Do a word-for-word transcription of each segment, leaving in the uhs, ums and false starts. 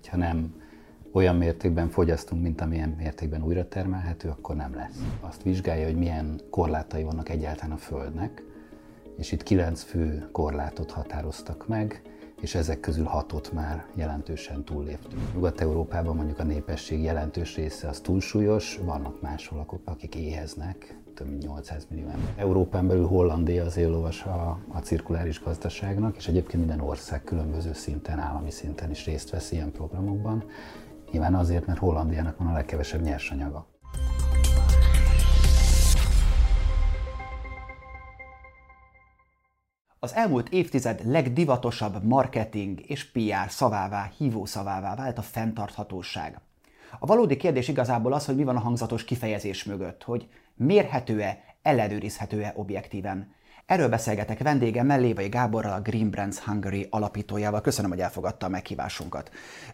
hogyha nem olyan mértékben fogyasztunk, mint amilyen mértékben újra termelhető, akkor nem lesz. Azt vizsgálja, hogy milyen korlátai vannak egyáltalán a Földnek, és itt kilenc fő korlátot határoztak meg, és ezek közül hatot már jelentősen túlléptünk. Nyugat-Európában mondjuk a népesség jelentős része az túlsúlyos, vannak máshol, akik éheznek, több mint nyolcszáz millió ember. Európán belül Hollandia az éllovas a, a cirkuláris gazdaságnak, és egyébként minden ország különböző szinten, állami szinten is részt vesz ilyen programokban. Nyilván azért, mert Hollandiának van a legkevesebb nyersanyaga. Az elmúlt évtized legdivatosabb marketing és pé er szavává, hívószavává vált a fenntarthatóság. A valódi kérdés igazából az, hogy mi van a hangzatos kifejezés mögött, hogy mérhető-e, ellenőrizhető-e objektíven. Erről beszélgetek vendégemmel, Lévai Gáborral, a Green Brands Hungary alapítójával. Köszönöm, hogy elfogadta a meghívásunkat.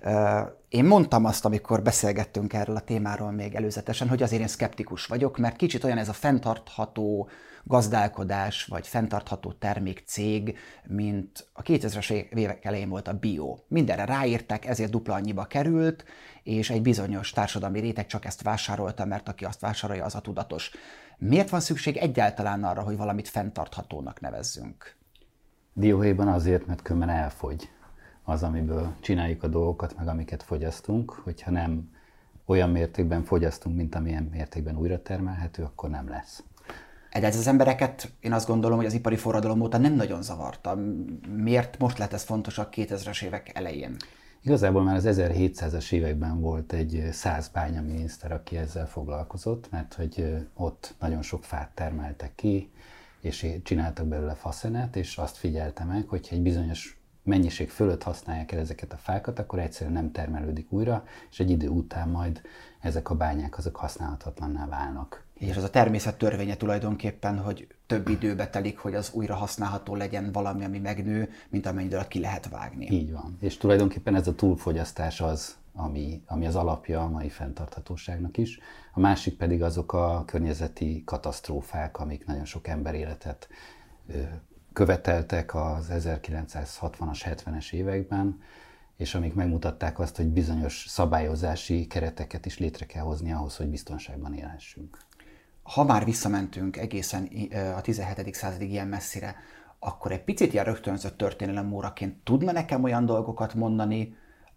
Én mondtam azt, amikor beszélgettünk erről a témáról még előzetesen, hogy azért én szkeptikus vagyok, mert kicsit olyan ez a fenntartható gazdálkodás, vagy fenntartható termékcég, mint a kétezres évek elején volt a bio. Mindenre ráírták, ezért dupla annyiba került, és egy bizonyos társadalmi réteg csak ezt vásárolta, mert aki azt vásárolja, az a tudatos. Miért van szükség egyáltalán arra, hogy valamit fenntarthatónak nevezzünk? Dióhéjban azért, mert különben elfogy az, amiből csináljuk a dolgokat, meg amiket fogyasztunk, hogyha nem olyan mértékben fogyasztunk, mint amilyen mértékben újra termelhető, akkor nem lesz. De ez az embereket, én azt gondolom, hogy az ipari forradalom óta nem nagyon zavarta. Miért most lett ez fontos a kétezres évek elején? Igazából már az ezerhétszázas években volt egy szász bányaminiszter, aki ezzel foglalkozott, mert hogy ott nagyon sok fát termeltek ki, és csináltak belőle faszenet, és azt figyelte meg, hogyha egy bizonyos mennyiség fölött használják el ezeket a fákat, akkor egyszerűen nem termelődik újra, és egy idő után majd ezek a bányák azok használhatatlanná válnak. És ez a természet törvénye tulajdonképpen, hogy több időbe telik, hogy az újra használható legyen valami, ami megnő, mint amennyi alatt ki lehet vágni. Így van. És tulajdonképpen ez a túlfogyasztás az, ami, ami az alapja a mai fenntarthatóságnak is. A másik pedig azok a környezeti katasztrófák, amik nagyon sok emberéletet ö, követeltek az ezerkilencszázhatvanas, hetvenes években, és amik megmutatták azt, hogy bizonyos szabályozási kereteket is létre kell hozni ahhoz, hogy biztonságban élhessünk. Ha már visszamentünk egészen a tizenhetedik századig ilyen messzire, akkor egy picit ilyen rögtönzött történelemóraként tudna nekem olyan dolgokat mondani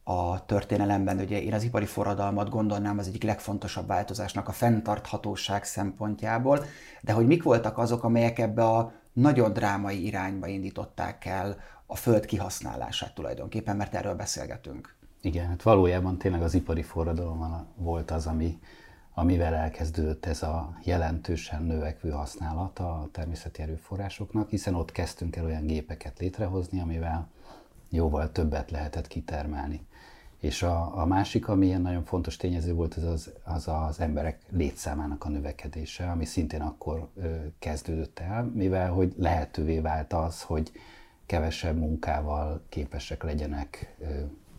a történelemben? Ugye én az ipari forradalmat gondolnám az egyik legfontosabb változásnak a fenntarthatóság szempontjából, de hogy mik voltak azok, amelyek ebbe a nagyon drámai irányba indították el a föld kihasználását tulajdonképpen, mert erről beszélgetünk. Igen, hát valójában tényleg az ipari forradalom volt az, ami, amivel elkezdődött ez a jelentősen növekvő használata a természeti erőforrásoknak, hiszen ott kezdtünk el olyan gépeket létrehozni, amivel jóval többet lehetett kitermelni. És a, a másik, ami ilyen nagyon fontos tényező volt, az az, az az emberek létszámának a növekedése, ami szintén akkor ö, kezdődött el, mivel hogy lehetővé vált az, hogy kevesebb munkával képesek legyenek ö,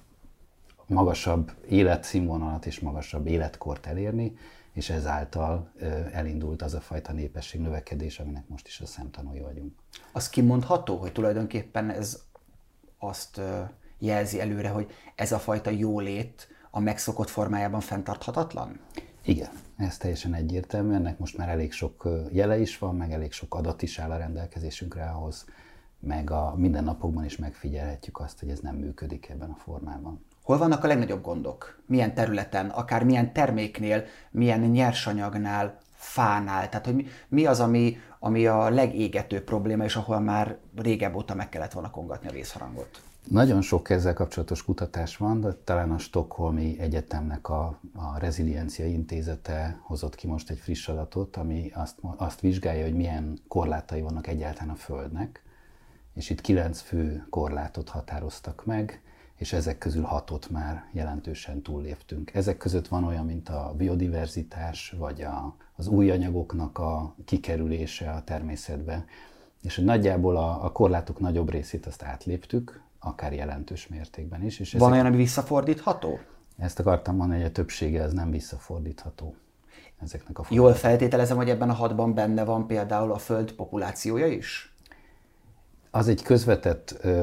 magasabb életszínvonalat és magasabb életkort elérni, és ezáltal ö, elindult az a fajta népesség növekedés, aminek most is a szemtanúi vagyunk. Az kimondható, hogy tulajdonképpen ez azt ö, jelzi előre, hogy ez a fajta jólét a megszokott formájában fenntarthatatlan? Igen, ez teljesen egyértelmű, ennek most már elég sok jele is van, meg elég sok adat is áll a rendelkezésünkre ahhoz, meg a mindennapokban is megfigyelhetjük azt, hogy ez nem működik ebben a formában. Hol vannak a legnagyobb gondok? Milyen területen, akár milyen terméknél, milyen nyersanyagnál, fánál? Tehát, hogy mi, mi az, ami, ami a legégetőbb probléma, és ahol már régebb óta meg kellett volna kongatni a vészharangot? Nagyon sok ezzel kapcsolatos kutatás van, de talán a Stockholmi Egyetemnek a, a Reziliencia Intézete hozott ki most egy friss adatot, ami azt, azt vizsgálja, hogy milyen korlátai vannak egyáltalán a Földnek, és itt kilenc fő korlátot határoztak meg, és ezek közül hatot már jelentősen túlléptünk. Ezek között van olyan, mint a biodiverzitás, vagy a, az új anyagoknak a kikerülése a természetbe, és nagyjából a, a korlátok nagyobb részét azt átléptük, akár jelentős mértékben is. És van ezek, olyan, ami visszafordítható? Ezt akartam mondani, hogy a többsége az nem visszafordítható ezeknek a Jól feltételezem, hogy ebben a hatban benne van például a föld populációja is? Az egy közvetett ö,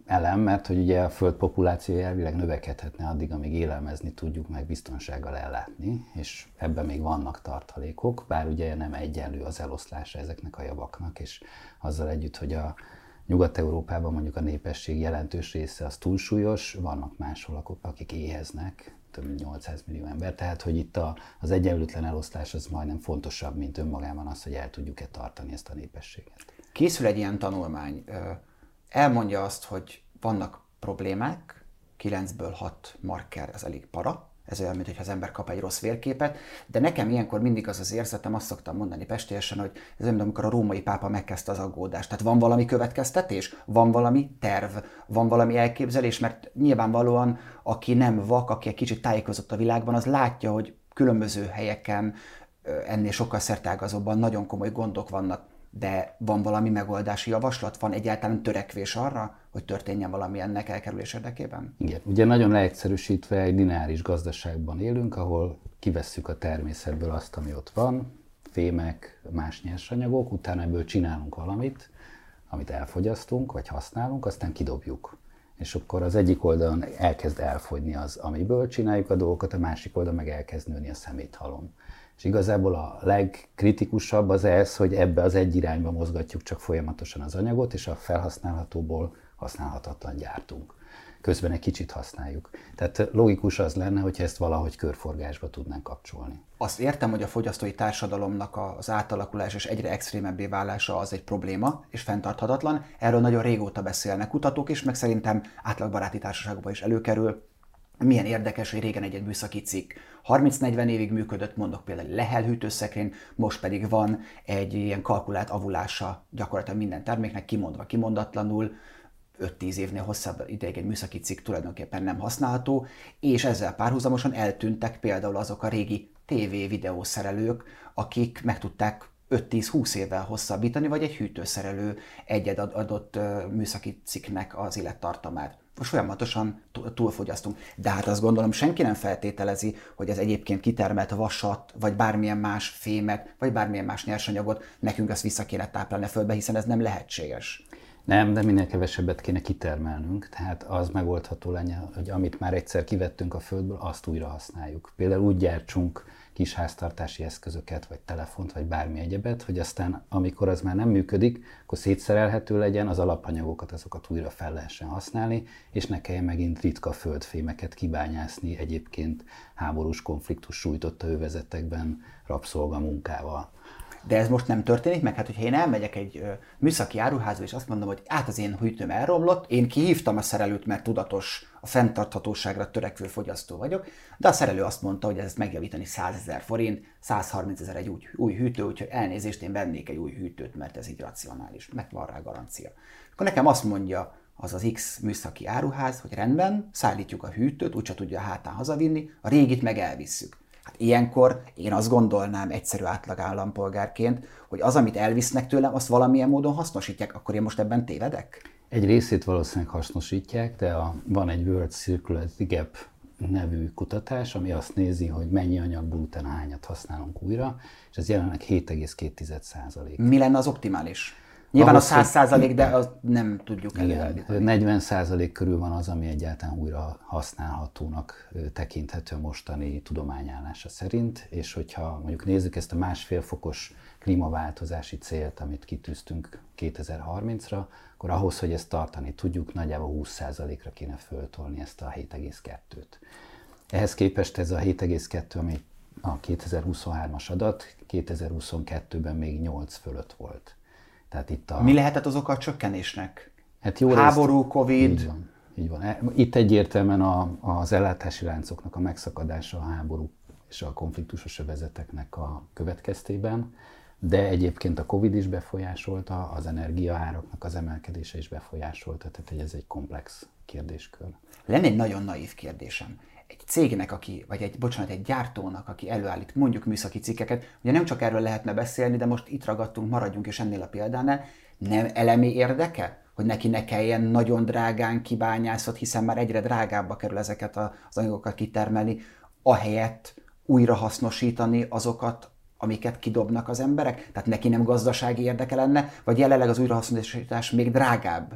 elem, mert hogy ugye a föld populációja elvileg növekedhetne addig, amíg élelmezni tudjuk, meg biztonsággal ellátni, és ebben még vannak tartalékok, bár ugye nem egyenlő az eloszlása ezeknek a javaknak, és azzal együtt, hogy a Nyugat-Európában mondjuk a népesség jelentős része az túlsúlyos, vannak máshol, akik éheznek, több mint nyolcszáz millió ember, tehát hogy itt a, az egyenlőtlen eloszlás az majdnem fontosabb, mint önmagában az, hogy el tudjuk-e tartani ezt a népességet. Készül egy ilyen tanulmány, elmondja azt, hogy vannak problémák, kilencből hat marker, az elég para, ez olyan, mintha az ember kap egy rossz vérképet, de nekem ilyenkor mindig az az érzetem, azt szoktam mondani pestélyesen, hogy ez olyan, amikor a római pápa megkezdte az aggódást. Tehát van valami következtetés, van valami terv, van valami elképzelés, mert nyilvánvalóan, aki nem vak, aki egy kicsit tájékozott a világban, az látja, hogy különböző helyeken ennél sokkal szerteágazóbban nagyon komoly gondok vannak. De van valami megoldási javaslat? Van egyáltalán törekvés arra, hogy történjen valami ennek elkerülés érdekében? Igen, ugye nagyon leegyszerűsítve egy lineáris gazdaságban élünk, ahol kivesszük a természetből azt, ami ott van, fémek, más nyersanyagok, utána ebből csinálunk valamit, amit elfogyasztunk, vagy használunk, aztán kidobjuk. És akkor az egyik oldalon elkezd elfogyni az, amiből csináljuk a dolgokat, a másik oldalon meg elkezd nőni a szeméthalom. És igazából a legkritikusabb az ez, hogy ebbe az egy irányba mozgatjuk csak folyamatosan az anyagot, és a felhasználhatóból használhatatlan gyártunk. Közben egy kicsit használjuk. Tehát logikus az lenne, hogyha ezt valahogy körforgásba tudnánk kapcsolni. Azt értem, hogy a fogyasztói társadalomnak az átalakulás és egyre extrémebbé válása az egy probléma, és fenntarthatatlan. Erről nagyon régóta beszélnek kutatók is, meg szerintem átlagbaráti társaságokban is előkerül. Milyen érdekes, hogy régen egy-egy műszaki cikk harminc-negyven évig működött, mondok például lehelhűtőszekrény, most pedig van egy ilyen kalkulált avulása gyakorlatilag minden terméknek, kimondva kimondatlanul, öt-tíz évnél hosszabb ideig egy műszaki cikk tulajdonképpen nem használható, és ezzel párhuzamosan eltűntek például azok a régi tévé videószerelők, akik meg tudták öt-tíz-húsz évvel hosszabbítani, vagy egy hűtőszerelő egy-egy adott műszaki cikknek az élettartamát. Most folyamatosan túlfogyasztunk. De hát azt gondolom, senki nem feltételezi, hogy ez egyébként kitermelt vasat, vagy bármilyen más fémet, vagy bármilyen más nyersanyagot, nekünk azt vissza kéne táplálni a földbe, hiszen ez nem lehetséges. Nem, de minél kevesebbet kéne kitermelnünk, tehát az megoldható lenne, hogy amit már egyszer kivettünk a földből, azt újra használjuk. Például úgy gyártsunk kis háztartási eszközöket, vagy telefont, vagy bármi egyebet, hogy aztán, amikor az már nem működik, akkor szétszerelhető legyen, az alapanyagokat, azokat újra fel lehessen használni, és ne kelljen megint ritka földfémeket kibányászni egyébként háborús konfliktus sújtotta övezetekben rabszolgamunkával. De ez most nem történik meg? Hát, hogyha én elmegyek egy ö, műszaki áruházba, és azt mondom, hogy át az én hűtőm elromlott, én kihívtam a szerelőt, mert tudatos, a fenntarthatóságra törekvő fogyasztó vagyok, de a szerelő azt mondta, hogy ezt megjavítani százezer forint, százharmincezer egy új, új hűtő, úgyhogy elnézést, én vennék egy új hűtőt, mert ez így racionális, meg van rá garancia. Akkor nekem azt mondja az az X műszaki áruház, hogy rendben, szállítjuk a hűtőt, úgyse tudja a hátán hazavinni, a régit meg elvisszük. Hát ilyenkor én azt gondolnám egyszerű átlag állampolgárként, hogy az, amit elvisznek tőlem, azt valamilyen módon hasznosítják, akkor én most ebben tévedek? Egy részét valószínűleg hasznosítják, de a, van egy World Circularity Gap nevű kutatás, ami azt nézi, hogy mennyi anyagból utána hányat használunk újra, és ez jelenleg hét egész két százalék. Mi lenne az optimális? Nyilván ahhoz, a száz százalék, de azt nem tudjuk előállítani. negyven százalék körül van az, ami egyáltalán újra használhatónak tekinthető mostani tudományállása szerint, és hogyha mondjuk nézzük ezt a másfél fokos klímaváltozási célt, amit kitűztünk kétezer-harmincra, akkor ahhoz, hogy ezt tartani tudjuk, nagyjából húsz százalékra kéne föltolni ezt a hét egész kettőt. Ehhez képest ez a hét egész kettő, ami a kétezer-huszonhármas adat, kétezer-huszonkettőben még nyolc fölött volt. Tehát itt a... Mi lehetett az oka a csökkenésnek? Hát jó Háború, részt... Covid? Így van, így van. Itt egyértelműen a, az ellátási láncoknak a megszakadása, a háború és a konfliktusos övezeteknek a következtében, de egyébként a Covid is befolyásolta, az energiaáraknak az emelkedése is befolyásolta, tehát ez egy komplex kérdéskör. Lenne egy nagyon naív kérdésem. Egy cégnek, aki, vagy egy, bocsánat, egy gyártónak, aki előállít mondjuk műszaki cikkeket, ugye nem csak erről lehetne beszélni, de most itt ragadtunk, maradjunk is ennél a példánál, nem elemi érdeke, hogy neki ne kelljen nagyon drágán kibányászott, hiszen már egyre drágábbba kerül ezeket az anyagokat kitermelni, ahelyett újrahasznosítani azokat, amiket kidobnak az emberek? Tehát neki nem gazdasági érdeke lenne, vagy jelenleg az újrahasznosítás még drágább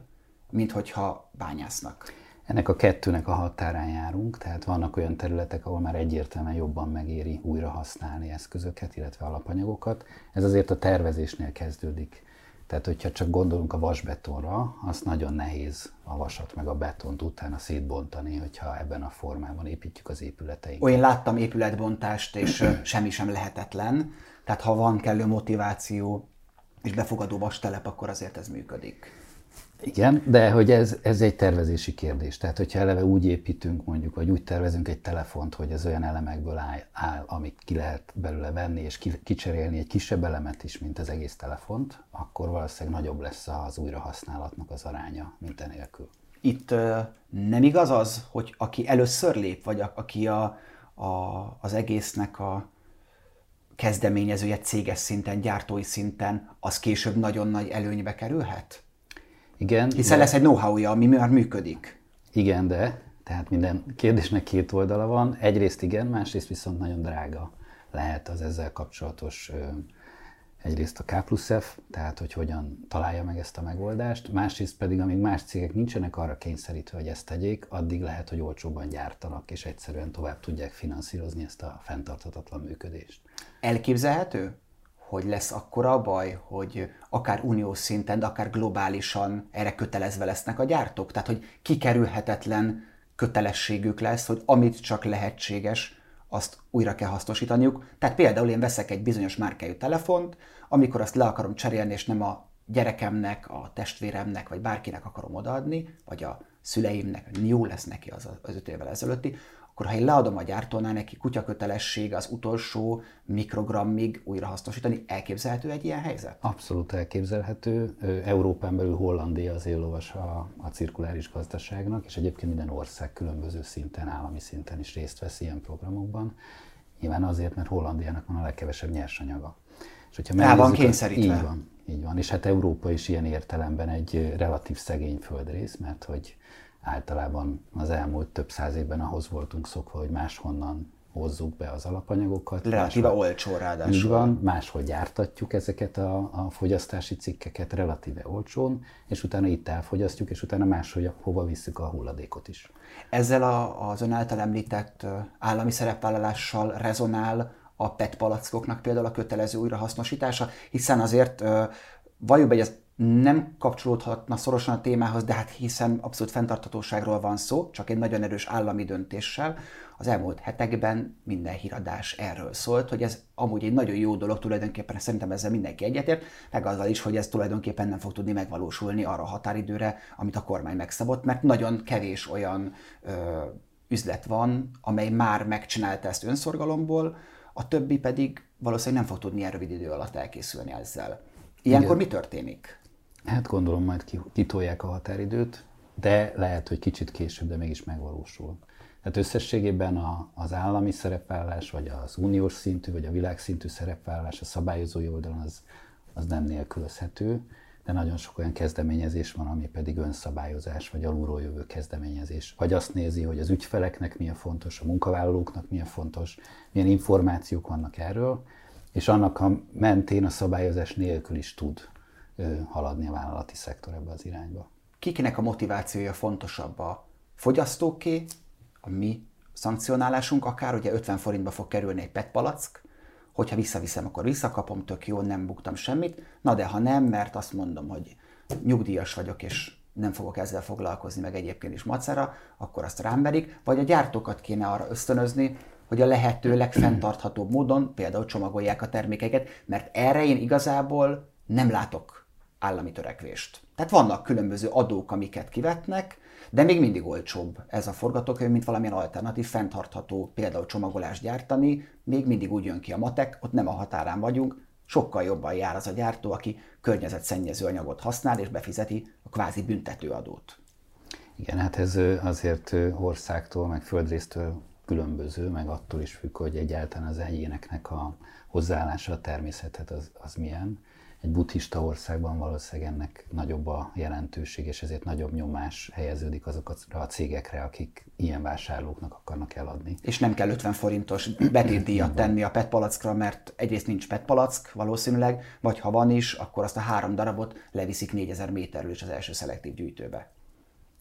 mint hogyha bányásznak? Ennek a kettőnek a határán járunk, tehát vannak olyan területek, ahol már egyértelműen jobban megéri újra használni eszközöket, illetve alapanyagokat. Ez azért a tervezésnél kezdődik. Tehát, hogyha csak gondolunk a vasbetonra, az nagyon nehéz a vasat meg a betont utána szétbontani, hogyha ebben a formában építjük az épületeinket. Olyan láttam épületbontást, és semmi sem lehetetlen. Tehát ha van kellő motiváció és befogadó vastelep, akkor azért ez működik. Igen, de hogy ez, ez egy tervezési kérdés. Tehát, hogyha eleve úgy építünk mondjuk, vagy úgy tervezünk egy telefont, hogy ez olyan elemekből áll, áll amit ki lehet belőle venni, és ki, kicserélni egy kisebb elemet is, mint az egész telefont, akkor valószínűleg nagyobb lesz az újrahasználatnak az aránya, mint enélkül. Itt ö, nem igaz az, hogy aki először lép, vagy a, aki a, a, az egésznek a kezdeményezője céges szinten, gyártói szinten, az később nagyon nagy előnybe kerülhet? Igen. Hiszen de... lesz egy know-how-ja, ami már működik. Igen, de tehát minden kérdésnek két oldala van. Egyrészt igen, másrészt viszont nagyon drága lehet az ezzel kapcsolatos egyrészt a K plusz F, tehát hogy hogyan találja meg ezt a megoldást, másrészt pedig, amíg más cégek nincsenek arra kényszerítve, hogy ezt tegyék, addig lehet, hogy olcsóbban gyártanak, és egyszerűen tovább tudják finanszírozni ezt a fenntarthatatlan működést. Elképzelhető, hogy lesz akkora baj, hogy akár uniós szinten, de akár globálisan erre kötelezve lesznek a gyártók? Tehát, hogy kikerülhetetlen kötelességük lesz, hogy amit csak lehetséges, azt újra kell hasznosítaniuk. Tehát például én veszek egy bizonyos márkájú telefont, amikor azt le akarom cserélni, és nem a gyerekemnek, a testvéremnek, vagy bárkinek akarom odaadni, vagy a szüleimnek, jó lesz neki az az öt évvel ezelőtti, akkor ha én leadom a gyártónál, neki kutyakötelessége az utolsó mikrogrammig újra hasznosítani, elképzelhető egy ilyen helyzet? Abszolút elképzelhető. Európán belül Hollandia az éllovas a, a cirkuláris gazdaságnak, és egyébként minden ország különböző szinten, állami szinten is részt vesz ilyen programokban. Nyilván azért, mert Hollandiának van a legkevesebb nyersanyaga. És hogyha el van kényszerítve. Így van, így van. És hát Európa is ilyen értelemben egy relatív szegény földrész, mert hogy általában az elmúlt több száz évben ahhoz voltunk szokva, hogy máshonnan hozzuk be az alapanyagokat. Relatíve olcsó ráadásul. Így van, máshol gyártatjuk ezeket a, a fogyasztási cikkeket relatíve olcsón, és utána itt elfogyasztjuk, és utána máshol hova visszük a hulladékot is. Ezzel a, az ön által említett állami szerepvállalással rezonál a pé e té palackoknak például a kötelező újrahasznosítása, hiszen azért valljuk be, hogy ez nem kapcsolódhatna szorosan a témához, de hát hiszen abszolút fenntarthatóságról van szó, csak egy nagyon erős állami döntéssel. Az elmúlt hetekben minden híradás erről szólt, hogy ez amúgy egy nagyon jó dolog, tulajdonképpen szerintem ezzel mindenki egyetért, meg azzal is, hogy ez tulajdonképpen nem fog tudni megvalósulni arra a határidőre, amit a kormány megszabott, mert nagyon kevés olyan ö, üzlet van, amely már megcsinálta ezt önszorgalomból, a többi pedig valószínűleg nem fog tudni ilyen rövid idő alatt elkészülni ezzel. Ilyenkor mi történik? Hát gondolom majd kitolják a határidőt, de lehet, hogy kicsit később, de mégis megvalósul. Tehát összességében a, az állami szerepvállás, vagy az uniós szintű, vagy a világszintű szerepvállás a szabályozói oldalon az, az nem nélkülözhető, de nagyon sok olyan kezdeményezés van, ami pedig önszabályozás, vagy alulról jövő kezdeményezés. Vagy azt nézi, hogy az ügyfeleknek milyen fontos, a munkavállalóknak milyen fontos, milyen információk vannak erről, és annak a mentén a szabályozás nélkül is tud haladni a vállalati szektor ebbe az irányba. Kiknek a motivációja fontosabb? A fogyasztóké, a mi szankcionálásunk akár, ugye ötven forintba fog kerülni egy pé e té palack, hogyha visszaviszem, akkor visszakapom, tök jó, nem buktam semmit. Na de ha nem, mert azt mondom, hogy nyugdíjas vagyok, és nem fogok ezzel foglalkozni, meg egyébként is macera, akkor azt rám verik, vagy a gyártókat kéne arra ösztönözni, hogy a lehető legfenntarthatóbb módon például csomagolják a termékeket, mert erre én igazából nem látok állami törekvést. Tehát vannak különböző adók, amiket kivetnek, de még mindig olcsóbb ez a forgatókönyv, mint valamilyen alternatív, fenntartható például csomagolást gyártani, még mindig úgy jön ki a matek, ott nem a határán vagyunk, sokkal jobban jár az a gyártó, aki környezetszennyező anyagot használ és befizeti a kvázi büntetőadót. Igen, hát ez azért országtól, meg földrésztől különböző, meg attól is függ, hogy egyáltalán az egyéneknek a hozzáállása a természethez az, az milyen. Egy buddhista országban valószínűleg ennek nagyobb a jelentőség, és ezért nagyobb nyomás helyeződik azokra a cégekre, akik ilyen vásárlóknak akarnak eladni. És nem kell ötven forintos betétdíjat tenni a pé e té palackra, mert egyrészt nincs pé e té palack valószínűleg, vagy ha van is, akkor azt a három darabot leviszik négyezer méterről is az első szelektív gyűjtőbe.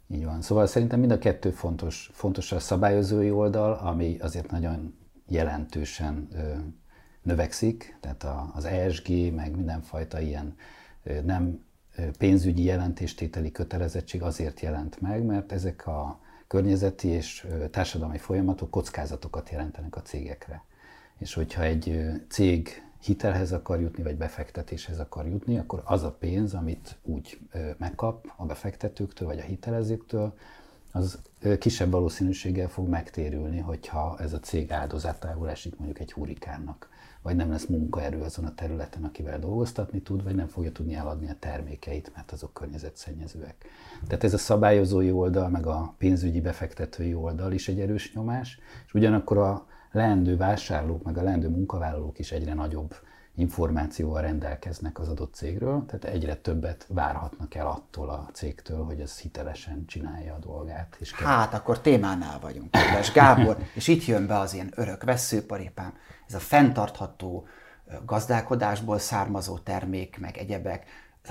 Így van. Szóval szerintem mind a kettő fontos. Fontos a szabályozói oldal, ami azért nagyon jelentősen ö, növekszik, tehát a, az E S G, meg mindenfajta ilyen ö, nem ö, pénzügyi jelentéstételi kötelezettség azért jelent meg, mert ezek a környezeti és ö, társadalmi folyamatok kockázatokat jelentenek a cégekre. És hogyha egy ö, cég hitelhez akar jutni, vagy befektetéshez akar jutni, akkor az a pénz, amit úgy megkap a befektetőktől, vagy a hitelezőktől, az kisebb valószínűséggel fog megtérülni, hogyha ez a cég áldozatául esik mondjuk egy hurrikánnak, vagy nem lesz munkaerő azon a területen, akivel dolgoztatni tud, vagy nem fogja tudni eladni a termékeit, mert azok környezetszennyezőek. Tehát ez a szabályozói oldal, meg a pénzügyi befektetői oldal is egy erős nyomás, és ugyanakkor a leendő vásárlók, meg a leendő munkavállalók is egyre nagyobb információval rendelkeznek az adott cégről, tehát egyre többet várhatnak el attól a cégtől, hogy ez hitelesen csinálja a dolgát. És hát akkor témánál vagyunk, kedves Gábor, és itt jön be az ilyen örök vesszőparipám, ez a fenntartható gazdálkodásból származó termék, meg egyebek.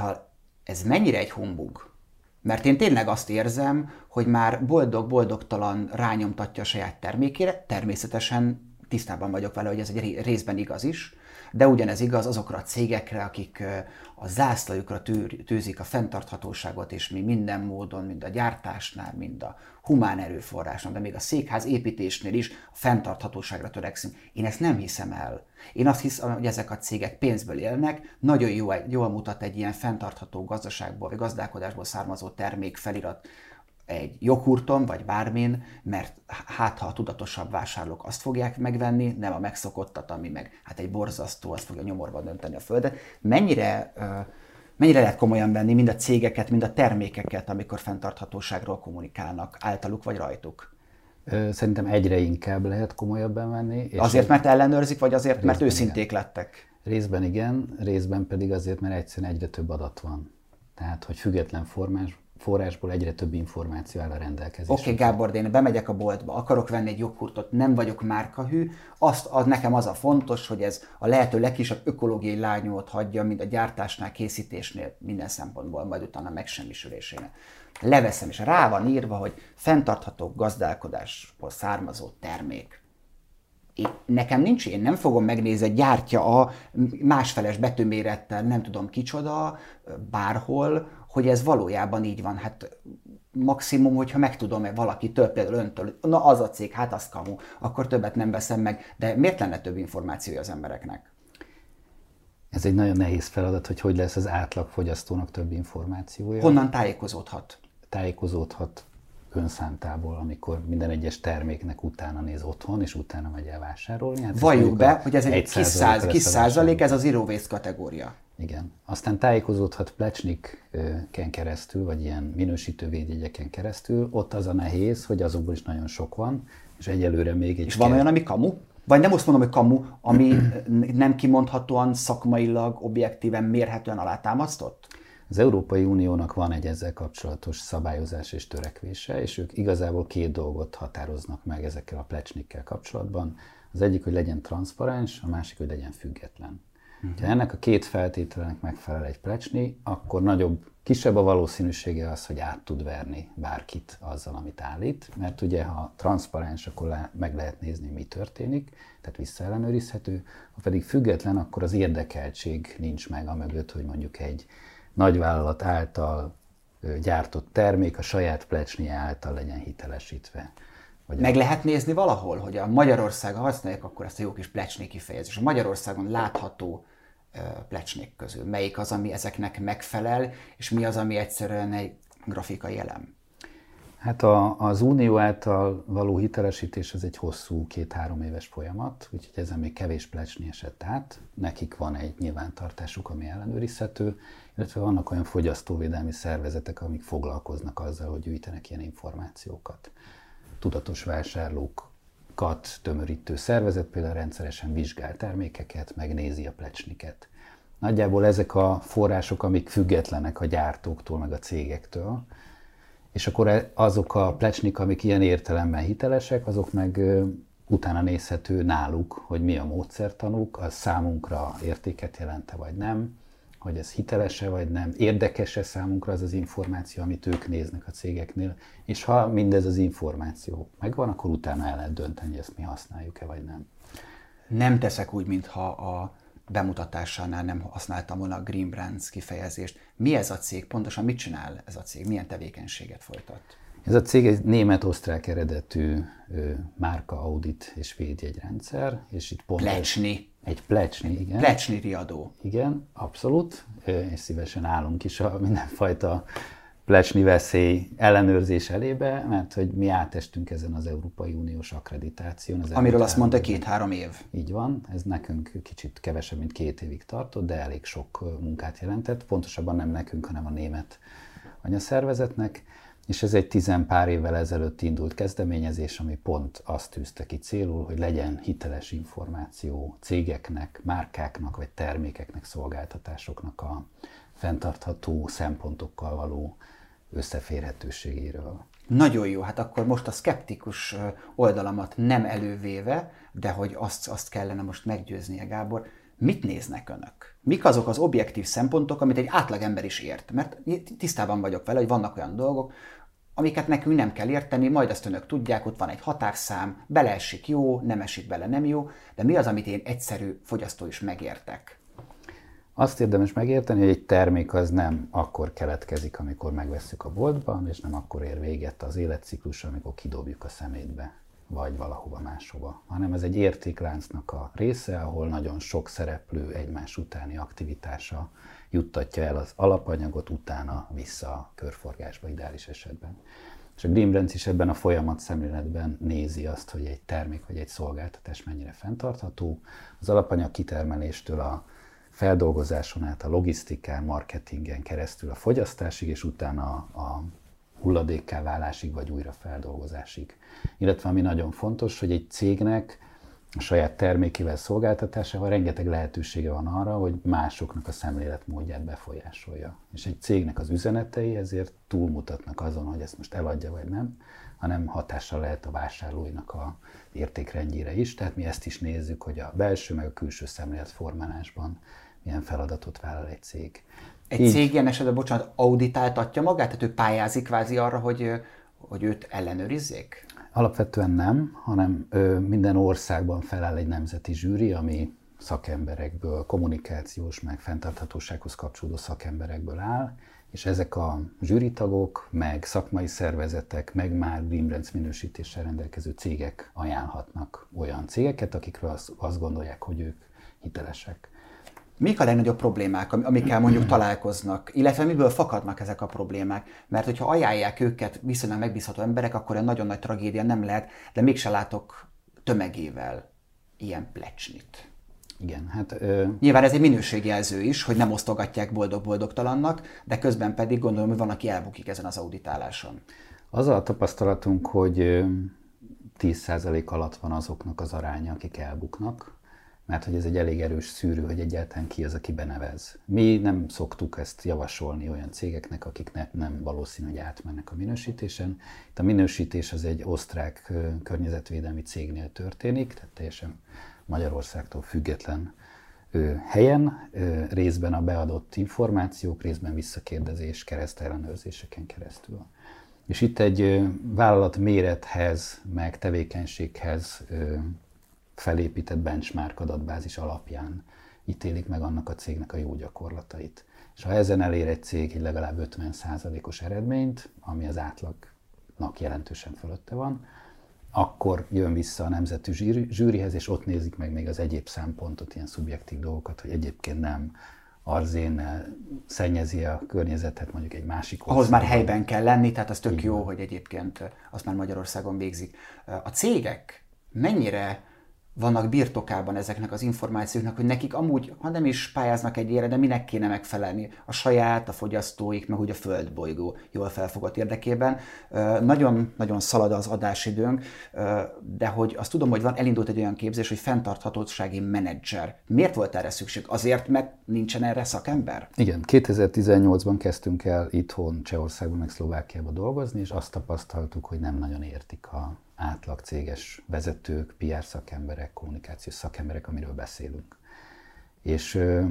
Ez mennyire egy humbug? Mert én tényleg azt érzem, hogy már boldog-boldogtalan rányomtatja a saját termékére, természetesen tisztában vagyok vele, hogy ez egy részben igaz is, de ugyanez igaz azokra a cégekre, akik a zászlajukra tűzik a fenntarthatóságot, és mi minden módon, mind a gyártásnál, mind a humán erőforrásnál, de még a székház építésnél is a fenntarthatóságra törekszünk. Én ezt nem hiszem el. Én azt hiszem, hogy ezek a cégek pénzből élnek, nagyon jó, jól mutat egy ilyen fenntartható gazdaságból, vagy gazdálkodásból származó termék felirat egy joghurton, vagy bármin, mert hát ha a tudatosabb vásárlók azt fogják megvenni, nem a megszokottat, ami meg hát egy borzasztó, azt fogja nyomorba dönteni a földet. Mennyire, mennyire lehet komolyan venni mind a cégeket, mind a termékeket, amikor fenntarthatóságról kommunikálnak általuk vagy rajtuk? Szerintem egyre inkább lehet komolyabban venni. És azért, mert ellenőrzik, vagy azért, mert őszinték igen. lettek? Részben igen, részben pedig azért, mert egyszerűen egyre több adat van. Tehát, hogy független formás, forrásból egyre több információ áll a rendelkezésre. Oké, okay, Gábor, de én bemegyek a boltba, akarok venni egy joghurtot, nem vagyok márkahű, azt, az, nekem az a fontos, hogy ez a lehető legkisebb ökológiai lábnyomot hagyja, mint a gyártásnál, készítésnél, minden szempontból, majd utána megsemmisülésénél. Leveszem, és rá van írva, hogy fenntartható gazdálkodásból származó termék. Én, nekem nincs, én nem fogom megnézni, gyártja a másfeles betűmérettel, nem tudom kicsoda, bárhol, hogy ez valójában így van. Hát maximum, hogyha megtudom valakitől, például öntől, na az a cég, hát az kamu, akkor többet nem veszem meg, de miért lenne több információja az embereknek? Ez egy nagyon nehéz feladat, hogy hogy lesz az átlagfogyasztónak több információja. Honnan tájékozódhat? Tájékozódhat önszántából, amikor minden egyes terméknek utána néz otthon, és utána megy el vásárolni. Hát valljuk be, hogy ez egy kis, száz, kis százalék, ez az zero waste kategória. Igen. Aztán tájékozódhat plecsniken keresztül, vagy ilyen minősítő védjegyeken keresztül. Ott az a nehéz, hogy azokból is nagyon sok van, és egyelőre még egy... És van olyan, ami kamu? Vagy nem azt mondom, hogy kamu, ami nem kimondhatóan, szakmailag, objektíven, mérhetően alátámasztott? Az Európai Uniónak van egy ezzel kapcsolatos szabályozás és törekvése, és ők igazából két dolgot határoznak meg ezekkel a plecsnikkel kapcsolatban. Az egyik, hogy legyen transzparens, a másik, hogy legyen független. Uh-huh. Ha ennek a két feltételnek megfelel egy plecsni, akkor nagyobb, kisebb a valószínűsége az, hogy át tud verni bárkit azzal, amit állít, mert ugye ha transzparens, akkor le, meg lehet nézni, mi történik, tehát visszaellenőrizhető, ha pedig független, akkor az érdekeltség nincs meg amögött, hogy mondjuk egy nagyvállalat által gyártott termék a saját plecsnie által legyen hitelesítve. Vagy meg a... lehet nézni valahol, hogy a Magyarországon használják akkor ezt a jó kis plecsné kifejezést. A Magyarországon látható uh, plecsnék közül melyik az, ami ezeknek megfelel, és mi az, ami egyszerűen egy grafikai elem? Hát a, az Unió által való hitelesítés az egy hosszú, két-három éves folyamat, úgyhogy ezen még kevés plecsni esett át. Nekik van egy nyilvántartásuk, ami ellenőrizhető, illetve vannak olyan fogyasztóvédelmi szervezetek, amik foglalkoznak azzal, hogy gyűjtenek ilyen információkat. Tudatos vásárlókat tömörítő szervezet például rendszeresen vizsgál termékeket, megnézi a plecsniket. Nagyjából ezek a források, amik függetlenek a gyártóktól, meg a cégektől, és akkor azok a plecsnik, amik ilyen értelemben hitelesek, azok meg ö, utána nézhető náluk, hogy mi a módszertanuk, az számunkra értéket jelente vagy nem, hogy ez hiteles-e vagy nem, érdekes-e számunkra az az információ, amit ők néznek a cégeknél, és ha mindez az információ megvan, akkor utána el lehet dönteni, hogy ezt mi használjuk-e vagy nem. Nem teszek úgy, mintha a bemutatásánál nem használtam volna a Green Brands kifejezést. Mi ez a cég? Pontosan mit csinál ez a cég? Milyen tevékenységet folytat? Ez a cég egy német-osztrák eredetű ö, márka audit és védjegyrendszer, és itt pont Plecsni. Egy plecsni, igen. Plecsni riadó. Igen, abszolút, és szívesen állunk is a mindenfajta plecsni veszély ellenőrzés elébe, mert hogy mi átestünk ezen az Európai Uniós akkreditáción. Az Amiről azt mondta két-három év. Így van, ez nekünk kicsit kevesebb, mint két évig tartott, de elég sok munkát jelentett, pontosabban nem nekünk, hanem a német anyaszervezetnek, és ez egy tizenpár évvel ezelőtt indult kezdeményezés, ami pont azt tűzte ki célul, hogy legyen hiteles információ cégeknek, márkáknak vagy termékeknek, szolgáltatásoknak a fenntartható szempontokkal való összeférhetőségéről. Nagyon jó, hát akkor most a szkeptikus oldalamat nem elővéve, de hogy azt, azt kellene most meggyőznie, Gábor, mit néznek önök? Mik azok az objektív szempontok, amit egy átlagember is ért? Mert tisztában vagyok vele, hogy vannak olyan dolgok, amiket nekünk nem kell érteni, majd azt önök tudják, ott van egy határszám, beleesik jó, nem esik bele nem jó, de mi az, amit én egyszerű fogyasztó is megértek? Azt érdemes megérteni, hogy egy termék az nem akkor keletkezik, amikor megvesszük a boltban, és nem akkor ér véget az életciklus, amikor kidobjuk a szemétbe, vagy valahova máshova, hanem ez egy értékláncnak a része, ahol nagyon sok szereplő egymás utáni aktivitása juttatja el az alapanyagot, utána vissza a körforgásba ideális esetben. És a Green Brands is ebben a folyamat szemléletben nézi azt, hogy egy termék vagy egy szolgáltatás mennyire fenntartható, az alapanyag kitermeléstől a feldolgozáson át a logisztikán, marketingen keresztül a fogyasztásig, és utána a hulladékká válásig, vagy újrafeldolgozásig. Illetve ami nagyon fontos, hogy egy cégnek a saját termékével, szolgáltatásával rengeteg lehetősége van arra, hogy másoknak a szemléletmódját befolyásolja. És egy cégnek az üzenetei ezért túlmutatnak azon, hogy ezt most eladja vagy nem, hanem hatással lehet a vásárlóinak a értékrendjére is. Tehát mi ezt is nézzük, hogy a belső meg a külső szemléletformálásban milyen feladatot vállal egy cég. Egy Így. cég ilyen esetben, bocsánat, auditáltatja magát? Tehát ő pályázik kvázi arra, hogy, hogy őt ellenőrizzék? Alapvetően nem, hanem ö, minden országban feláll egy nemzeti zsűri, ami szakemberekből, kommunikációs, meg fenntarthatósághoz kapcsolódó szakemberekből áll, és ezek a zsűritagok, meg szakmai szervezetek, meg már Green Brands minősítéssel rendelkező cégek ajánlhatnak olyan cégeket, akikről azt, azt gondolják, hogy ők hitelesek. Mik a legnagyobb problémák, amikkel mondjuk találkoznak, illetve miből fakadnak ezek a problémák? Mert hogyha ajánlják őket viszonylag megbízható emberek, akkor egy nagyon nagy tragédia nem lehet, de mégse látok tömegével ilyen plecsnit. Igen, hát... Ö... Nyilván ez egy minőségjelző is, hogy nem osztogatják boldog-boldogtalannak, de közben pedig gondolom, hogy van, aki elbukik ezen az auditáláson. Az a tapasztalatunk, hogy tíz százalék alatt van azoknak az aránya, akik elbuknak, mert hogy ez egy elég erős szűrő, hogy egyáltalán ki az, aki benevez. Mi nem szoktuk ezt javasolni olyan cégeknek, akiknek nem valószínű, hogy átmennek a minősítésen. Itt a minősítés az egy osztrák környezetvédelmi cégnél történik, tehát teljesen Magyarországtól független helyen, részben a beadott információk, részben visszakérdezés, keresztellenőrzéseken keresztül. És itt egy vállalat mérethez, meg tevékenységhez felépített benchmark adatbázis alapján ítélik meg annak a cégnek a jó gyakorlatait. És ha ezen elér egy cég egy legalább ötven százalékos eredményt, ami az átlagnak jelentősen fölötte van, akkor jön vissza a nemzeti zsűri, zsűrihez, és ott nézik meg még az egyéb szempontot, ilyen szubjektív dolgokat, hogy egyébként nem arzénnel szennyezi a környezetet mondjuk egy másik országban. Ahhoz már helyben kell lenni, tehát az tök Igen. jó, hogy egyébként azt már Magyarországon végzik. A cégek mennyire vannak birtokában ezeknek az információknak, hogy nekik amúgy, ha nem is pályáznak egy ilyenre, de minek kéne megfelelni a saját, a fogyasztóik, meg úgy a földbolygó jól felfogott érdekében. Nagyon-nagyon szalad az adásidőnk, de hogy azt tudom, hogy van, elindult egy olyan képzés, hogy fenntarthatósági menedzser. Miért volt erre szükség? Azért, mert nincsen erre szakember? Igen, kétezer-tizennyolcban kezdtünk el itthon, Csehországban, meg Szlovákiában dolgozni, és azt tapasztaltuk, hogy nem nagyon értik a átlag céges vezetők, pé er szakemberek, kommunikációs szakemberek, amiről beszélünk. És ö,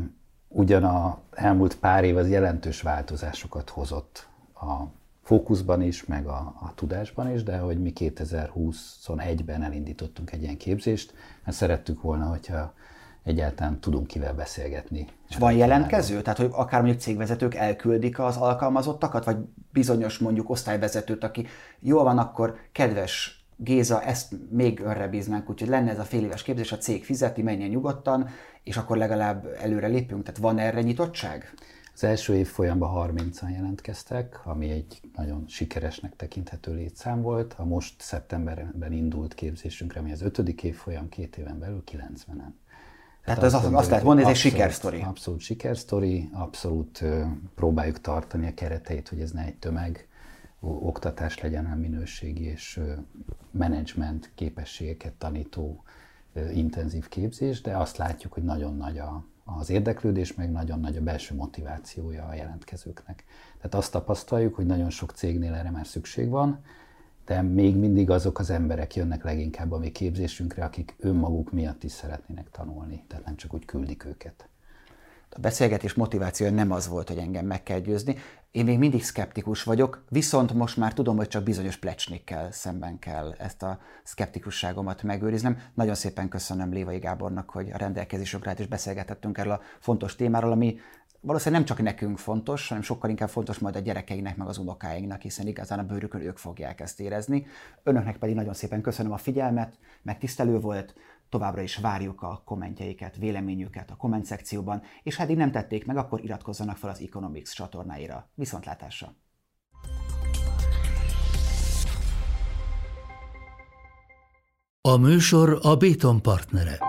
ugyan az elmúlt pár év az jelentős változásokat hozott a fókuszban is, meg a, a tudásban is, de hogy mi kétezer-huszonegyben elindítottunk egy ilyen képzést, mert szerettük volna, hogyha egyáltalán tudunk kivel beszélgetni. És van jelentkező? Tehát, hogy akár mondjuk cégvezetők elküldik az alkalmazottakat, vagy bizonyos mondjuk osztályvezetőt, aki jól van, akkor kedves Géza, ezt még önre bíznánk, úgyhogy lenne ez a fél éves képzés, a cég fizeti, menjen nyugodtan, és akkor legalább előre lépünk. Tehát van erre nyitottság? Az első évfolyamban harmincan jelentkeztek, ami egy nagyon sikeresnek tekinthető létszám volt. A most szeptemberben indult képzésünkre, ami az ötödik évfolyam, két éven belül kilencvenen. Tehát, Tehát az azt, azt lehet mondani, ez egy sikersztori. Abszolút sikersztori, abszolút ö, próbáljuk tartani a kereteit, hogy ez ne egy tömeg oktatás legyen, hanem minőségi és menedzsment képességeket tanító intenzív képzés, de azt látjuk, hogy nagyon nagy a, az érdeklődés, meg nagyon nagy a belső motivációja a jelentkezőknek. Tehát azt tapasztaljuk, hogy nagyon sok cégnél erre már szükség van, de még mindig azok az emberek jönnek leginkább a mi képzésünkre, akik önmaguk miatt is szeretnének tanulni, tehát nem csak úgy küldik őket. A beszélgetés motivációja nem az volt, hogy engem meg kell győzni. Én még mindig szkeptikus vagyok, viszont most már tudom, hogy csak bizonyos plecsnikkel szemben kell ezt a szkeptikusságomat megőriznem. Nagyon szépen köszönöm Lévai Gábornak, hogy a rendelkezésünkre állt és beszélgetettünk erről a fontos témáról, ami valószínűleg nem csak nekünk fontos, hanem sokkal inkább fontos majd a gyerekeinknek, meg az unokáinknak, hiszen igazán a bőrükön ők fogják ezt érezni. Önöknek pedig nagyon szépen köszönöm a figyelmet, megtisztelő volt. Továbbra is várjuk a kommentjeiket, véleményüket a komment szekcióban, és ha eddig nem tették meg, akkor iratkozzanak fel az Economics csatornáira. Viszontlátásra! A műsor a Béton partnere.